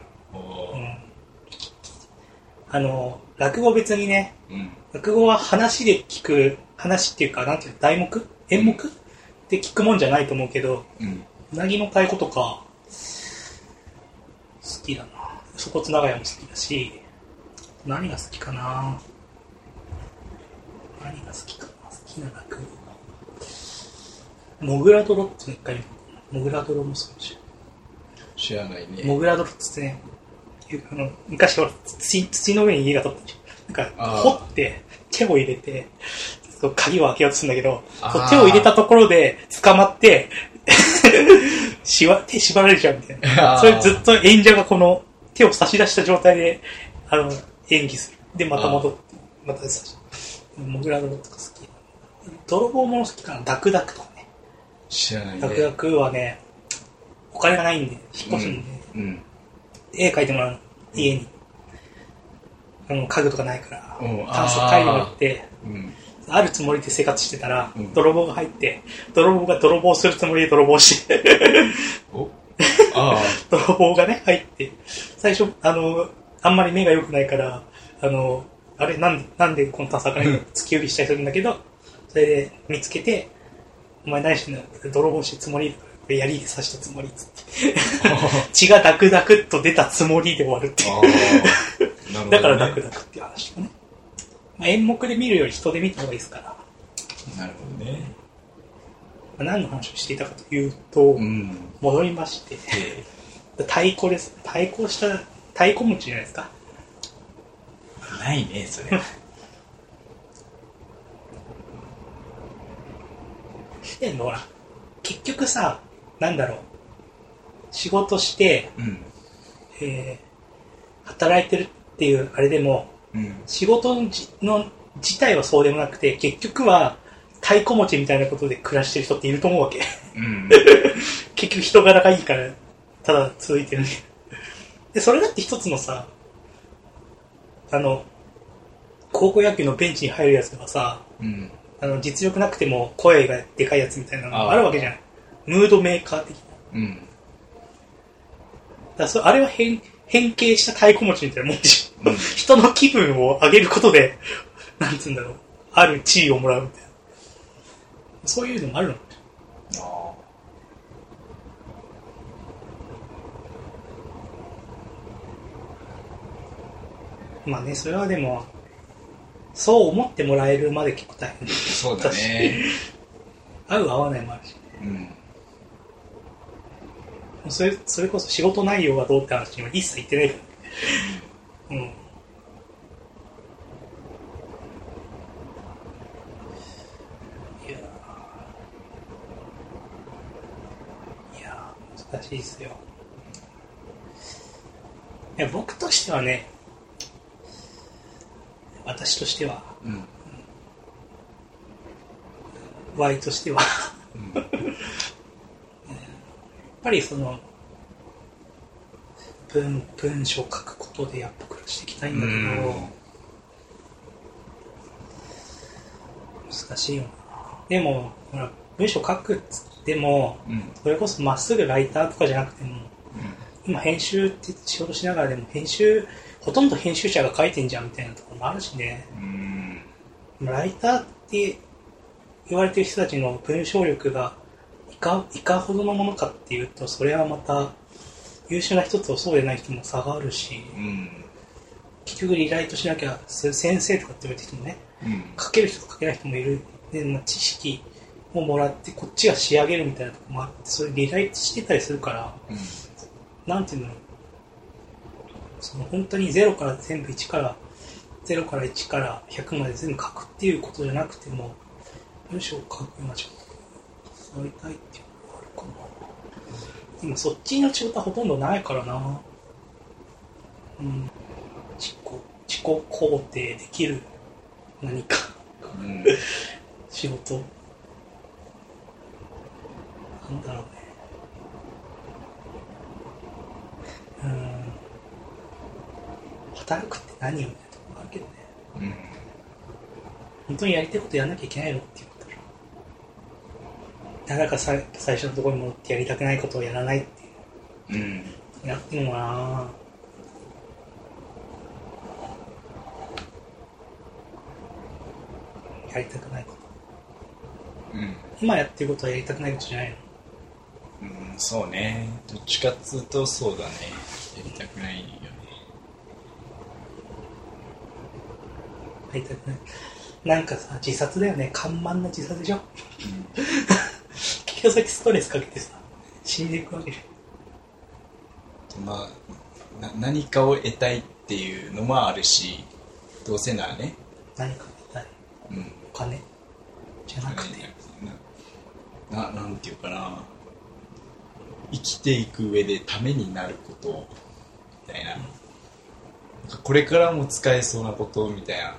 落語別にね、うん、落語は話で聞く、話っていうか、なんていうの、題目演目で聞くもんじゃないと思うけど、うなぎの太鼓とか、好きだな。そこつ長屋も好きだし、何が好きかな。好きな落語。モグラ泥って一回、モグラ泥もそうじゃん。 知らないね。 モグラ泥ってね、昔は土の上に家が建ったじゃん。なんか、掘って手を入れて、鍵を開けようとするんだけど、手を入れたところで捕まって、手縛られちゃうみたいな。それずっと演者がこの手を差し出した状態で、演技する。で、また戻って、また差し。モグラ泥とか好き。泥棒もの好きかな。ダクダクとかね。 知らないね。 ダクダクはね、お金がないんで、引っ越すんで、うん絵描いてもらうの、家に。家具とかないから、タンスを買いに行って、あるつもりで生活してたら、泥棒が入って、泥棒が泥棒するつもりで泥棒して、泥棒がね、入って、最初、あんまり目が良くないから、あれ、なんでこのタンス開かないの突き指したりするんだけど、それで見つけて、お前何してんだ泥棒してつもり槍で刺したつもりっつって血がダクダクっと出たつもりで終わるっていう、だからダクダクっていう話とかね、演目で見るより人で見た方がいいですから。 なるほどね。 何の話をしていたかというと、戻りまして、太鼓です。太鼓持ちじゃないですか。 ないねそれ。 でもほら結局さ、なんだろう、仕事して、働いてるっていうあれでも、仕事の自体はそうでもなくて、結局は太鼓持ちみたいなことで暮らしてる人っていると思うわけ。結局人柄がいいからただ続いてるんで、それだって一つのさ、高校野球のベンチに入るやつとかさ、実力なくても声がでかいやつみたいなのがあるわけじゃない。ムードメーカー的な。あれは変形した太鼓持ちみたいなもんでしょ。人の気分を上げることで、なんつうんだろう、ある地位をもらうみたいな。そういうのもあるの。 まあね、それはでもそう思ってもらえるまで結構大変そうだね合う合わないもあるし、それこそ仕事内容がどうって話には一切言ってないうん。いや難しいですよ。いや僕としてはね、私としては、Y としてはやっぱりその文章を書くことでやっぱ暮らしていきたいんだけど、難しいよな。でもほら文章書くっつっても、それこそまっすぐライターとかじゃなくても、今編集って仕事しながらでもほとんど編集者が書いてんじゃんみたいなところもあるしね。ライターって言われてる人たちの文章力がいかほどのものかっていうと、それはまた優秀な人とそうでない人も差があるし、結局リライトしなきゃ先生とかって言われてる人もね、書ける人と書けない人もいるで、知識をもらってこっちが仕上げるみたいなところもあって、それリライトしてたりするから、なんていうの、その本当に0から全部1から1から100まで全部書くっていうことじゃなくても、文章を書くような仕事をやりたいっていうのがあるかな。今そっちの仕事はほとんどないからな。自己肯定できる何か仕事なんだろうね。働くって何よみたいなところあるけどね、本当にやりたいことやんなきゃいけないのって言ったら、なんか最初のところに戻ってやりたくないことをやらないっていう、やってるのかな。やりたくないこと、今やってることはやりたくないことじゃないの。 そうね、どっちかっつうとそうだね、やりたくないよね。 やりたくない。なんかさ、自殺だよね。緩慢な自殺でしょ、結局さっきストレスかけてさ死んでいくわけじゃん。まあ何かを得たいっていうのもあるし、どうせならね、 何かを得たい、お金じゃなくて、 なんていうかな、生きていく上でためになることみたいな、これからも使えそうなことみたいな、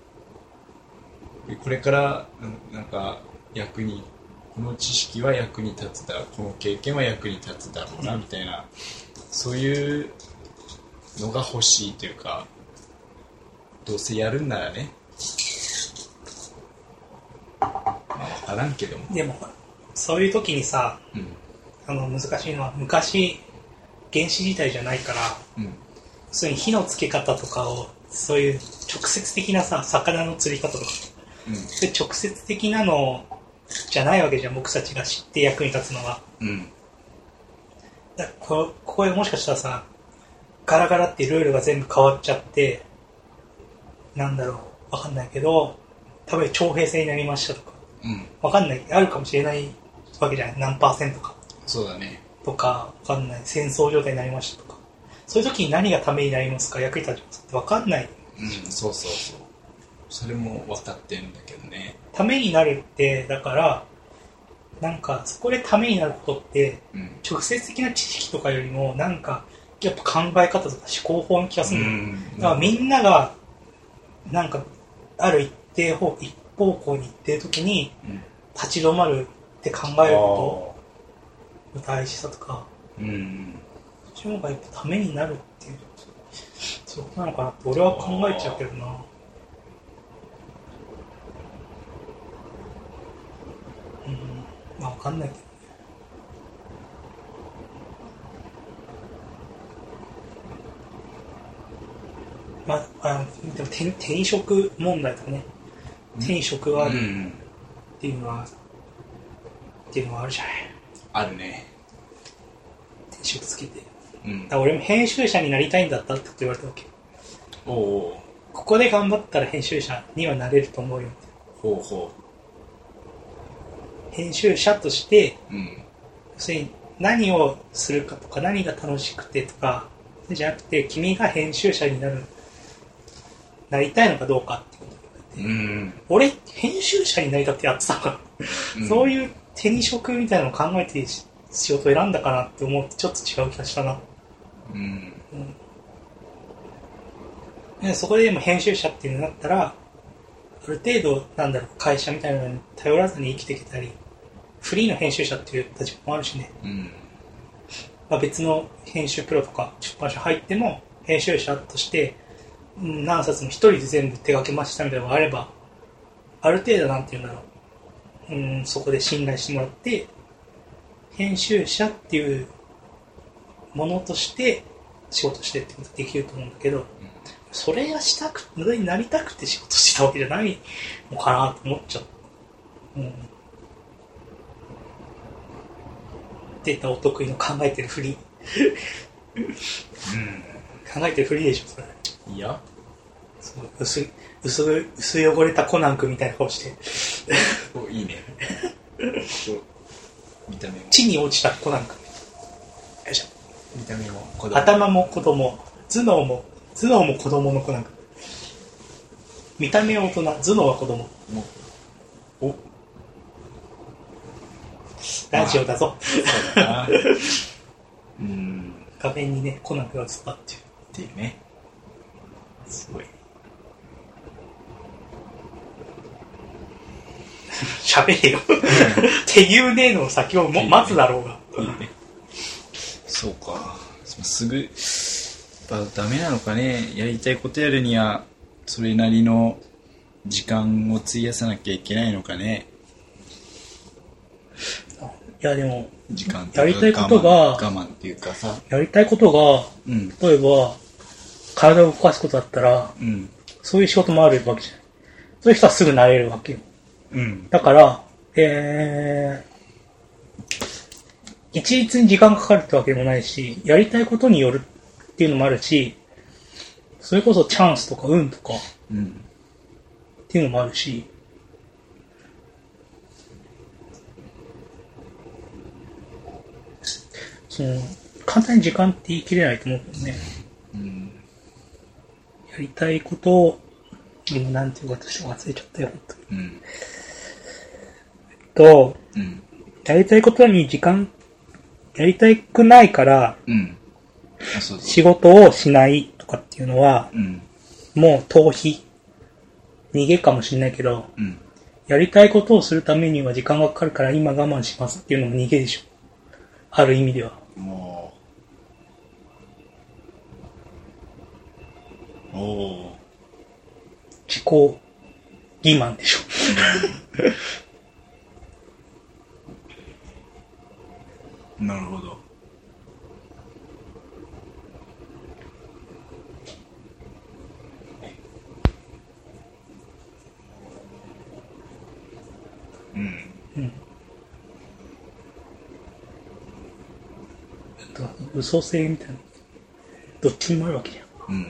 これからなんかこの知識は役に立つだろう、この経験は役に立つだろうなみたいな、そういうのが欲しいというか、どうせやるんならね、まあ分からんけども、 でもそういう時にさ、難しいのは、昔原始時代じゃないから、そういう火のつけ方とかを、そういう直接的なさ、魚の釣り方とか、で直接的なのじゃないわけじゃん、僕たちが知って役に立つのは。だからここでもしかしたらさ、ガラガラってルールが全部変わっちゃって、なんだろう、わかんないけど、多分徴兵制になりましたとか、わかんない、あるかもしれないわけじゃない、何%か。 そうだね。 とか、わかんない、戦争状態になりましたとか、そういう時に何がためになりますか、役に立ちますってわかんない。 そうそうそう。それも分かってるんだけどね。 ためになるって、だから、なんかそこでためになることって、直接的な知識とかよりも、なんかやっぱ考え方とか思考法の気がするんだよ。だからみんながなんかある一方向に行ってる時に立ち止まるって考えることの大事さとか、そっちの方がやっぱためになるっていう、そういうことなのかなって俺は考えちゃうけどな。まあわかんないけどね。まあ、でも転職問題とかね、転職があるっていうのは、あるじゃない。 あるね。 転職つけて。だから俺も編集者になりたいんだったってこと言われたわけ。 ここで頑張ったら編集者にはなれると思うよ。編集者として、要するに何をするかとか何が楽しくてとかじゃなくて、君が編集者になりたいのかどうかってことで、俺編集者になりたくてやってたから、そういう手に職みたいなのを考えて仕事を選んだかなって思ってちょっと違う気がしたな。そこででも編集者っていうのになったら、ある程度会社みたいなのに頼らずに生きていけたり、フリーの編集者っていう立場もあるしね。別の編集プロとか出版社入っても編集者として何冊も一人で全部手掛けましたみたいなのがあれば、ある程度そこで信頼してもらって編集者っていうものとして仕事してってことができると思うんだけど、それがなりたくて仕事してたわけじゃないのかなと思っちゃう。データお得意の考えてるふり。考えてるふりでしょ、それ。 いや。 薄汚れたコナン君みたいな顔して。 いいね。見た目も。 地に落ちたコナン君。よいしょ。 見た目も子供。頭も子供。頭脳も子供のコナン君。見た目は大人、頭脳は子供。ラジオだぞ。そうだな。画面にね、コナン君が映ったっていうね。すごい。喋れよ。っていうねの先を待つだろうが。 そうか。すぐ、ダメなのかね。やりたいことやるには、それなりの時間を費やさなきゃいけないのかね。 いやでも、 やりたいことが我慢っていうかさ、 やりたいことが、例えば体を動かすことだったら、そういう仕事もあるわけじゃない。そういう人はすぐ慣れるわけよ。だから、一律に時間かかるってわけでもないし、やりたいことによるっていうのもあるし、それこそチャンスとか運とか、っていうのもあるし、簡単に時間って言い切れないと思うけどね。やりたいことを、なんていうか私忘れちゃったよ、本当に。やりたいことに時間、やりたくないから、仕事をしないとかっていうのは、もう逃避、逃げかもしれないけど、やりたいことをするためには時間がかかるから今我慢しますっていうのも逃げでしょ。ある意味では。自己欺瞞でしょ。 なるほど。 嘘性みたいな。どっちにもあるわけじゃん。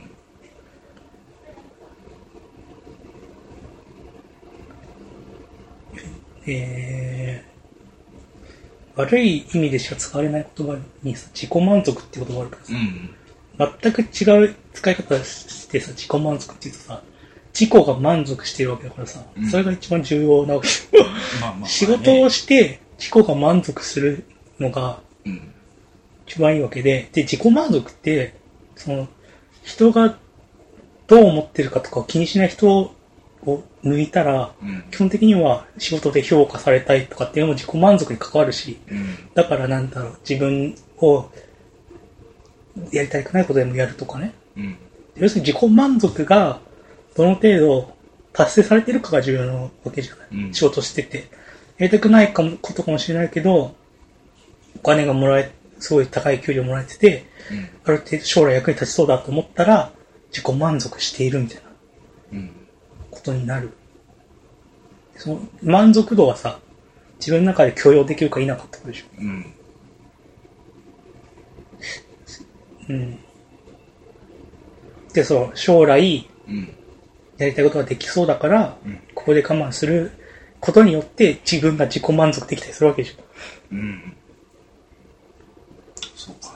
悪い意味でしか使われない言葉にさ、自己満足って言葉があるからさ、全く違う使い方してさ、自己満足って言うとさ、自己が満足してるわけだからさ、それが一番重要なわけですよ。仕事をして自己が満足するのが一番いいわけで、自己満足って、人がどう思ってるかとかを気にしない人を抜いたら、基本的には仕事で評価されたいとかっていうのも自己満足に関わるし、だから自分をやりたくないことでもやるとかね。要するに自己満足がどの程度達成されてるかが重要なわけじゃない。仕事してて。やりたくないことかもしれないけど、お金がすごい高い給料もらえてて、ある程度将来役に立ちそうだと思ったら、自己満足しているみたいなことになる。その満足度はさ、自分の中で許容できるか否かってことでしょ。 で、そう、将来、 うん、 やりたいことができそうだから、 うん、 ここで我慢することによって自分が自己満足できたりするわけでしょ。 うん。そうか。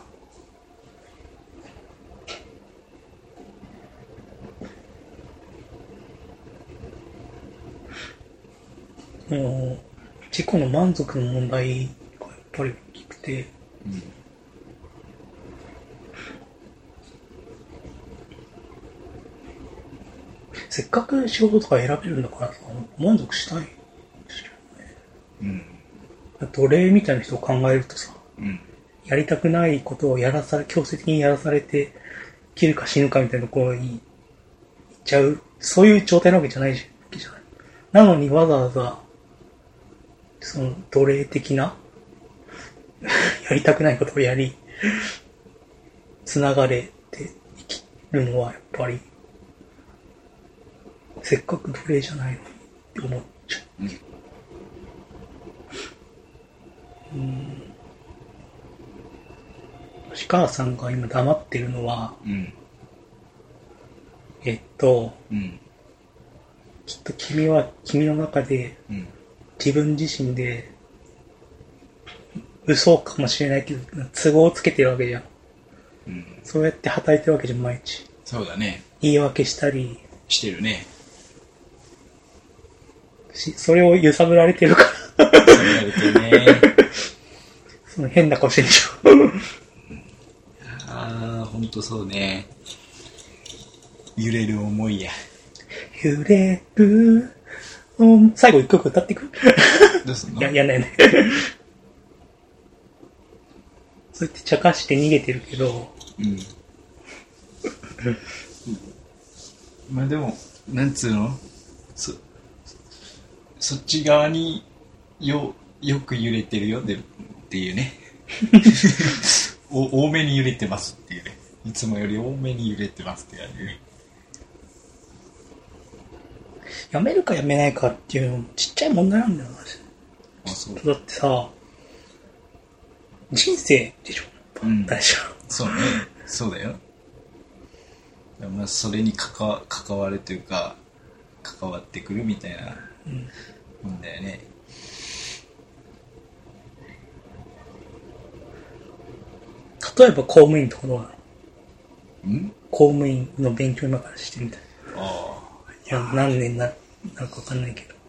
もう、自己の満足の問題がやっぱり大きくて、 うん、 せっかく仕事とか選べるんだからさ、満足したいですよね。 うん。 奴隷みたいな人を考えるとさ、 うん、 やりたくないことを強制的にやらされて、生きるか死ぬかみたいなところに行っちゃう、そういう状態なわけじゃないじゃない。なのにわざわざ、その奴隷的なやりたくないことをやり、繋がれて生きるのはやっぱり、せっかく奴隷じゃないのにって思っちゃう。石川さんが今黙ってるのは、 うん、 うん、きっと君の中で、自分自身で嘘かもしれないけど都合をつけてるわけじゃん、うん、そうやって働いてるわけじゃん毎日。 そうだね。 言い訳したりしてるね。 それを揺さぶられてるから揺さぶられてるねその変な顔してるでしょああ、ほんとそうね。揺れる思いや。 揺れる最後一曲歌ってくどうすんの？ やんないねそうやって茶化して逃げてるけど、 うんまあでもなんつうの、そっち側によく揺れてるよっていうね多めに揺れてますっていうね。いつもより多めに揺れてますっていうね。 やめるかやめないかっていうのもちっちゃい問題なんだよな。 あ、そう。 だってさ、人生でしょ、 うん、 大丈夫。 そうね。そうだよ。まあそれに関わるというか関わってくるみたいなもんだよね。 例えば公務員とかどうなの？ ん？ 公務員の勉強今からしてみたい。 ああ。いや、何年なるか分かんないけど。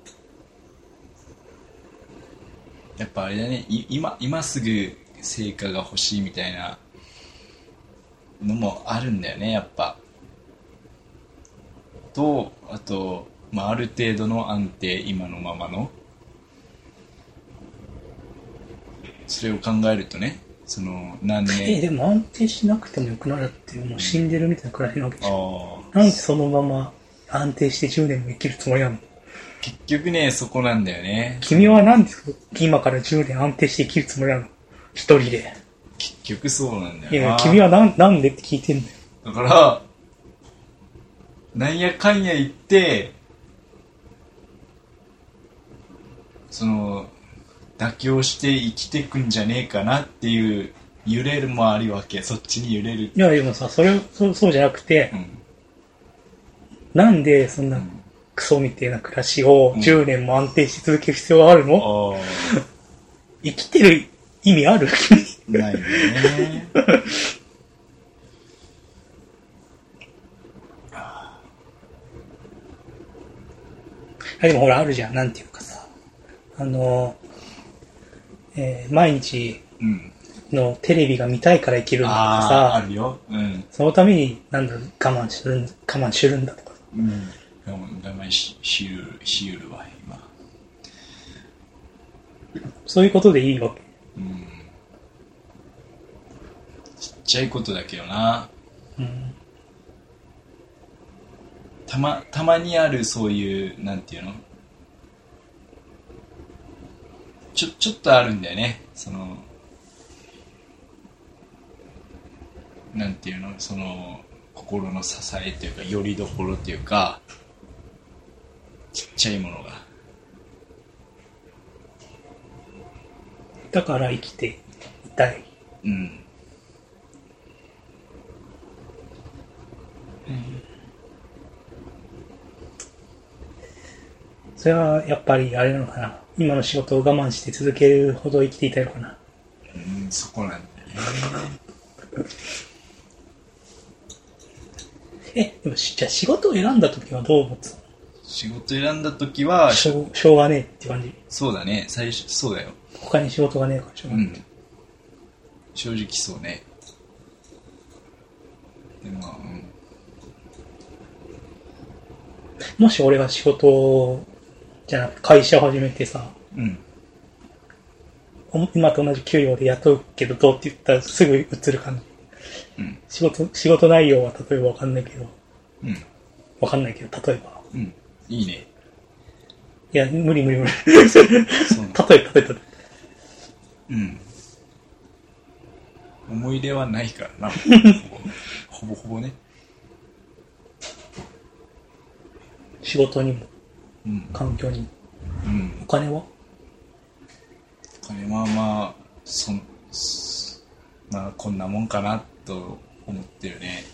やっぱあれだね、今すぐ成果が欲しいみたいなのもあるんだよね、やっぱ。と、あと、まあ、ある程度の安定、今のままの。それを考えるとね、その何年。 でも安定しなくてもよくなるってもう死んでるみたいな暮らしなわけでしょ。なんでそのまま安定して10年も生きるつもりなの？ 結局ね、そこなんだよね。 君はなんで今から10年安定して生きるつもりなの？一人で。 結局そうなんだよな。 いや、君はなんでって聞いてんだよ。 だから、なんやかんや言って、その、妥協して生きてくんじゃねえかなっていう揺れるもあるわけ。そっちに揺れる。 いや、でもさ、そうじゃなくて、なんでそんなクソみたいな暮らしを10年も安定し続ける必要があるの？生きてる意味ある？ ないよね。 でもほらあるじゃん、なんていうかさ、毎日のテレビが見たいから生きるんだとかさ、 あるよ。 そのためになんだ我慢するんだとか。 我慢しゆるわ今。 そういうことでいいわけ。 ちっちゃいことだけどな。たまにあるそういうなんていうの、ちょっとあるんだよね。そのなんていうの、その心の支えというか拠り所というかちっちゃいものが。 だから生きていたい。 それはやっぱりあれなのかな。今の仕事を我慢して続けるほど生きていたのかな。 そこなんだよね。でもじゃあ仕事を選んだ時はどう思ってたの？ 仕事選んだ時はしょうがねえって感じ。 そうだね、最初そうだよ。 他に仕事がねえからしょうがねえ、 正直そうね。でももし俺が仕事じゃなくて会社を始めてさ、今と同じ給料で雇うけどどうって言ったらすぐ移る感じ。仕事内容は例えばわかんないけど、例えば。 いいね。 いや、無理。例え。 思い出はないからな。ほぼね。 仕事にも、環境にも。お金はまあこんなもんかなと思ってるね。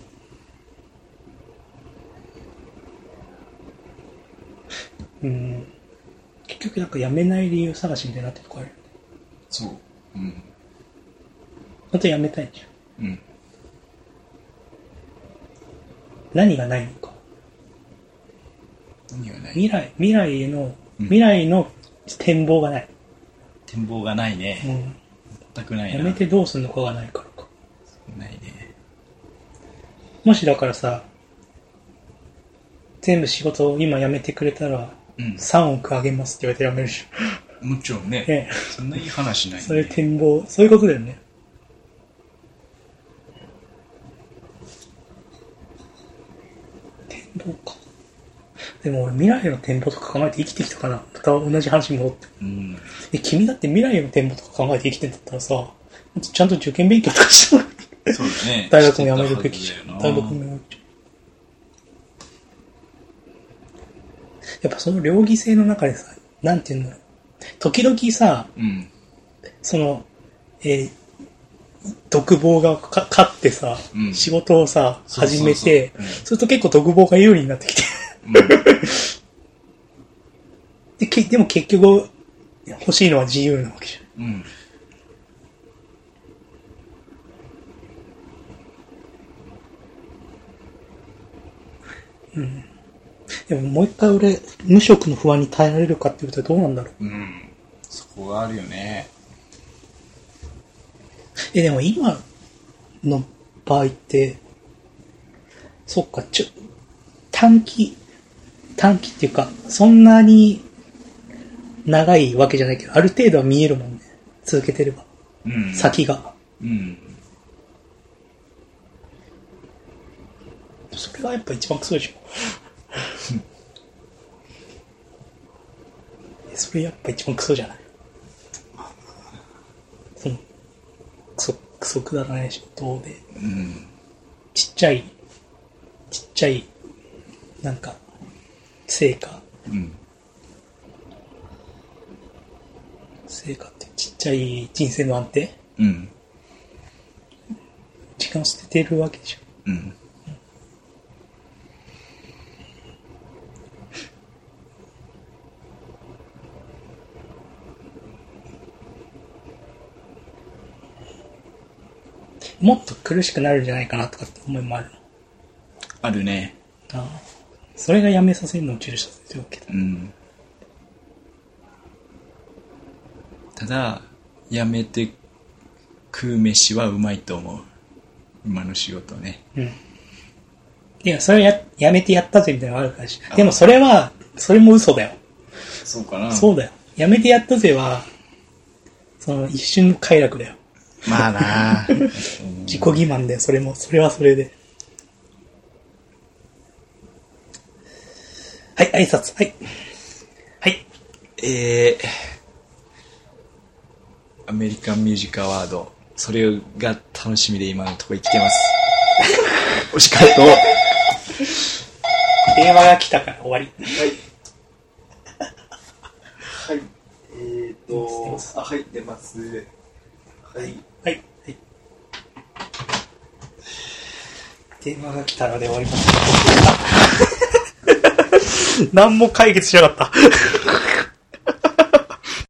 結局なんか辞めない理由探しみたいになってるとこあるよね。 そう。 本当に辞めたいんでしょ。何がないのか。 何がない？ 未来の展望がない。 展望がないね。全くないな。 辞めてどうするのかがないからか。 ないね。 もしだからさ、全部仕事を今辞めてくれたら、3億あげますって言われて辞めるでしょ。もちろんね。そんないい話ないね。 そういう展望、そういうことだよね。展望か。でも俺未来の展望とか考えて生きてきたかな。また同じ話に戻って。君だって未来の展望とか考えて生きてんだったらさ、ちゃんと受験勉強とかしなくて。 そうだね。 大学も辞めるべきじゃん。大学も辞めるべき。やっぱその両義性の中でさ、なんていうんだろう。時々さ、その、独房が勝ってさ、仕事をさ、始めて、すると結構独房が有利になってきて。でも結局、欲しいのは自由なわけじゃん。でももう一回俺、無職の不安に耐えられるかっていうとどうなんだろう。 そこがあるよね。 でも今の場合って、そっか、短期っていうか、そんなに長いわけじゃないけど、ある程度は見えるもんね。続けてれば。先が。それがやっぱ一番クソでしょ。それやっぱ一番クソじゃない。そのクソくだらない仕事で、ちっちゃいなんか成果ってちっちゃい人生の安定、時間を捨ててるわけでしょ。もっと苦しくなるんじゃないかなとかって思いもあるの。 あるね。 それがやめさせるのを注射させてるわけだ。 ただやめて食う飯はうまいと思う。今の仕事ね。 いや、それやめてやったぜみたいなのがあるからし。でもそれも嘘だよ。 そうかな。 そうだよ。やめてやったぜは、その一瞬の快楽だよ。 まあな自己欺瞞だよ、それはそれで。はい、挨拶。はい。 アメリカンミュージックアワード、それが楽しみで今のところ生きてます。惜しかった。 電話が来たから終わり。 はい。はい、出ます。はい。 電話が来たので終わります。 何も解決しなかった。